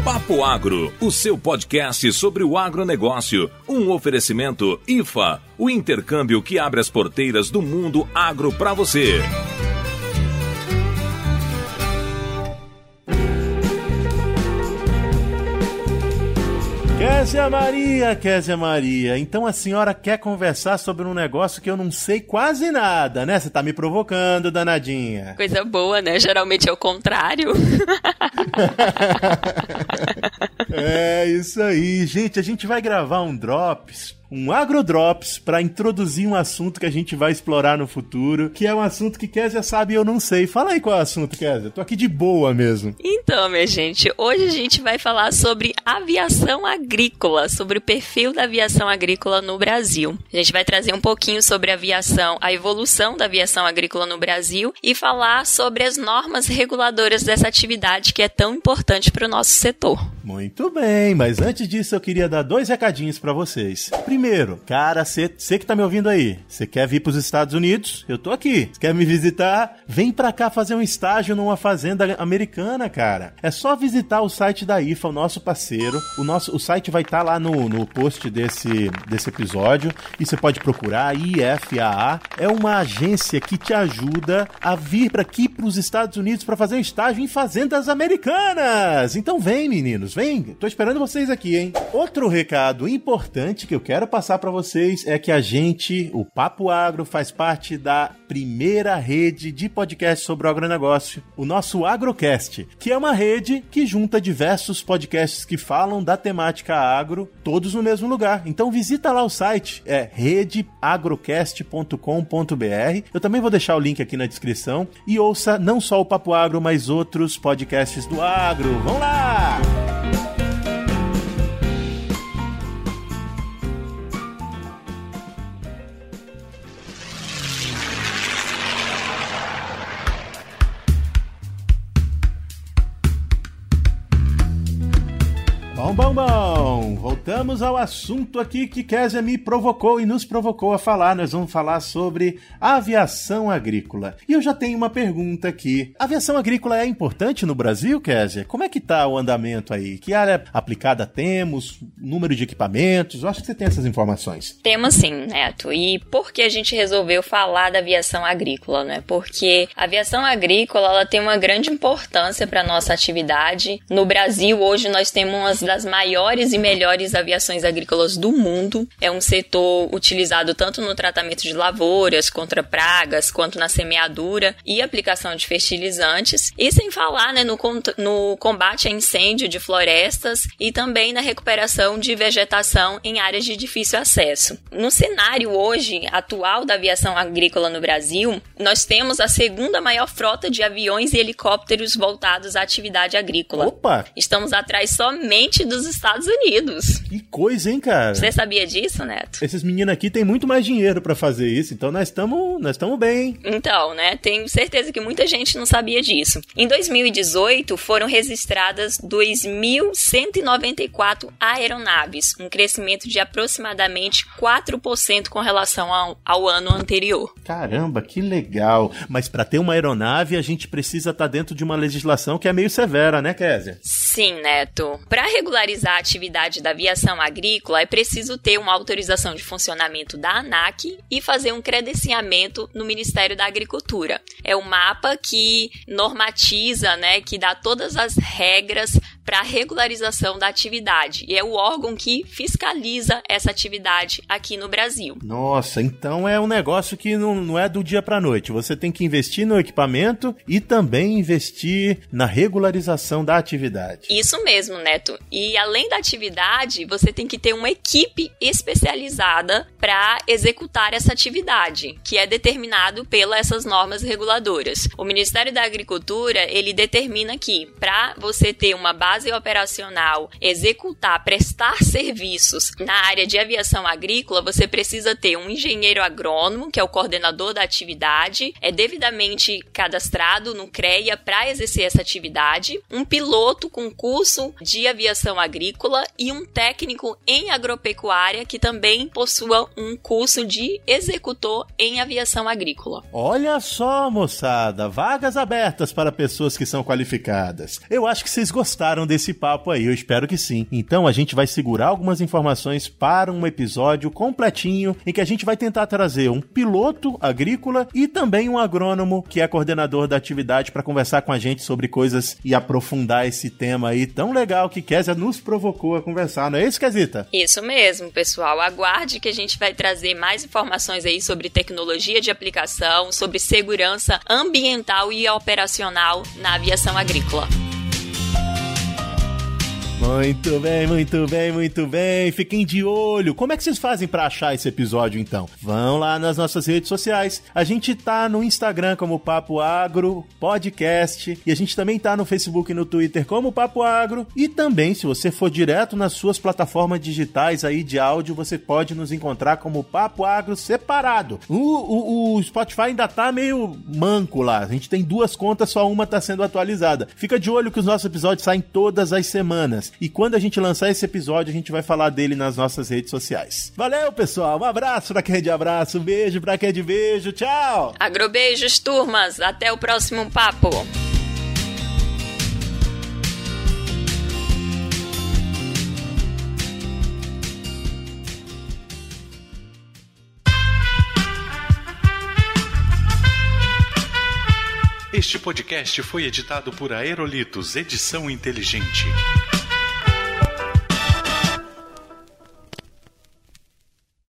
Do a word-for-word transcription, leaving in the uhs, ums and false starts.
Papo Agro, o seu podcast sobre o agronegócio. Um oferecimento I F A, o intercâmbio que abre as porteiras do mundo agro para você. Kézia Maria, Kézia Maria, então a senhora quer conversar sobre um negócio que eu não sei quase nada, né? Você tá me provocando, danadinha. Coisa boa, né? Geralmente é o contrário. É isso aí. Gente, a gente vai gravar um Drops, um AgroDrops, para introduzir um assunto que a gente vai explorar no futuro, que é um assunto que Kézia sabe e eu não sei. Fala aí qual é o assunto, Kézia. Tô aqui de boa mesmo. Então, minha gente, hoje a gente vai falar sobre aviação agrícola, sobre o perfil da aviação agrícola no Brasil. A gente vai trazer um pouquinho sobre a aviação, a evolução da aviação agrícola no Brasil e falar sobre as normas reguladoras dessa atividade que é tão importante para o nosso setor. Muito bem, mas antes disso eu queria dar dois recadinhos para vocês. Primeiro, cara, você que tá me ouvindo aí, você quer vir pros Estados Unidos? Eu tô aqui. Você quer me visitar? Vem pra cá fazer um estágio numa fazenda americana, cara. É só visitar o site da I F A, o nosso parceiro. O, nosso, o site vai estar tá lá no, no post desse, desse episódio e você pode procurar I F A A. É uma agência que te ajuda a vir pra aqui pros Estados Unidos pra fazer um estágio em fazendas americanas. Então vem, meninos, vem. Tô esperando vocês aqui, hein? Outro recado importante que eu quero passar para vocês é que a gente, o Papo Agro, faz parte da primeira rede de podcast sobre o agronegócio, o nosso Agrocast, que é uma rede que junta diversos podcasts que falam da temática agro, todos no mesmo lugar. Então visita lá o site, é rede agrocast ponto com ponto b r. Eu também vou deixar o link aqui na descrição e ouça não só o Papo Agro, mas outros podcasts do agro. Vamos lá! Bom, bom, bom, voltamos ao assunto aqui que Kézia me provocou e nos provocou a falar. Nós vamos falar sobre aviação agrícola. E eu já tenho uma pergunta aqui. A aviação agrícola é importante no Brasil, Kézia? Como é que tá o andamento aí? Que área aplicada temos? Número de equipamentos? Eu acho que você tem essas informações. Temos sim, Neto. E por que a gente resolveu falar da aviação agrícola, né? Porque a aviação agrícola, ela tem uma grande importância para nossa atividade. No Brasil, hoje, nós temos umas das maiores e melhores aviações agrícolas do mundo. É um setor utilizado tanto no tratamento de lavouras, contra pragas, quanto na semeadura e aplicação de fertilizantes. E sem falar, né, no, no combate a incêndio de florestas e também na recuperação de vegetação em áreas de difícil acesso. No cenário hoje atual da aviação agrícola no Brasil, nós temos a segunda maior frota de aviões e helicópteros voltados à atividade agrícola. Opa! Estamos atrás somente dos Estados Unidos. Que coisa, hein, cara? Você sabia disso, Neto? Esses meninos aqui têm muito mais dinheiro pra fazer isso, então nós estamos nós estamos bem. Então, né, tenho certeza que muita gente não sabia disso. Em dois mil e dezoito, foram registradas dois mil cento e noventa e quatro aeronaves, um crescimento de aproximadamente quatro por cento com relação ao, ao ano anterior. Caramba, que legal. Mas pra ter uma aeronave, a gente precisa estar dentro de uma legislação que é meio severa, né, Kézia? Sim, Neto. Para regularizar a atividade da aviação agrícola, é preciso ter uma autorização de funcionamento da ANAC e fazer um credenciamento no Ministério da Agricultura. É o mapa que normatiza, né, que dá todas as regras para a regularização da atividade. E é o órgão que fiscaliza essa atividade aqui no Brasil. Nossa, então é um negócio que não, não é do dia para a noite. Você tem que investir no equipamento e também investir na regularização da atividade. Isso mesmo, Neto. E além da atividade, você tem que ter uma equipe especializada para executar essa atividade, que é determinado pelas essas normas reguladoras. O Ministério da Agricultura, ele determina que para você ter uma base operacional, executar, prestar serviços na área de aviação agrícola, você precisa ter um engenheiro agrônomo, que é o coordenador da atividade, é devidamente cadastrado no CREA para exercer essa atividade, um piloto com curso de aviação agrícola e um técnico em agropecuária que também possua um curso de executor em aviação agrícola. Olha só, moçada, vagas abertas para pessoas que são qualificadas. Eu acho que vocês gostaram gostaram desse papo aí, eu espero que sim. Então a gente vai segurar algumas informações para um episódio completinho em que a gente vai tentar trazer um piloto agrícola e também um agrônomo que é coordenador da atividade para conversar com a gente sobre coisas e aprofundar esse tema aí tão legal que Kézia nos provocou a conversar, não é isso, Kézita? Isso mesmo, pessoal. Aguarde que a gente vai trazer mais informações aí sobre tecnologia de aplicação, sobre segurança ambiental e operacional na aviação agrícola. Muito bem, muito bem, muito bem. Fiquem de olho. Como é que vocês fazem pra achar esse episódio, então? Vão lá nas nossas redes sociais. A gente tá no Instagram como Papo Agro Podcast e a gente também tá no Facebook e no Twitter como Papo Agro. E também, se você for direto nas suas plataformas digitais aí de áudio, você pode nos encontrar como Papo Agro separado. O, o, o Spotify ainda tá meio manco lá. A gente tem duas contas, só uma tá sendo atualizada. Fica de olho que os nossos episódios saem todas as semanas. E quando a gente lançar esse episódio, a gente vai falar dele nas nossas redes sociais. Valeu, pessoal. Um abraço pra quem é de abraço, um beijo pra quem é de beijo. Tchau! Agrobeijos, turmas. Até o próximo papo. Este podcast foi editado por Aerolitos Edição Inteligente.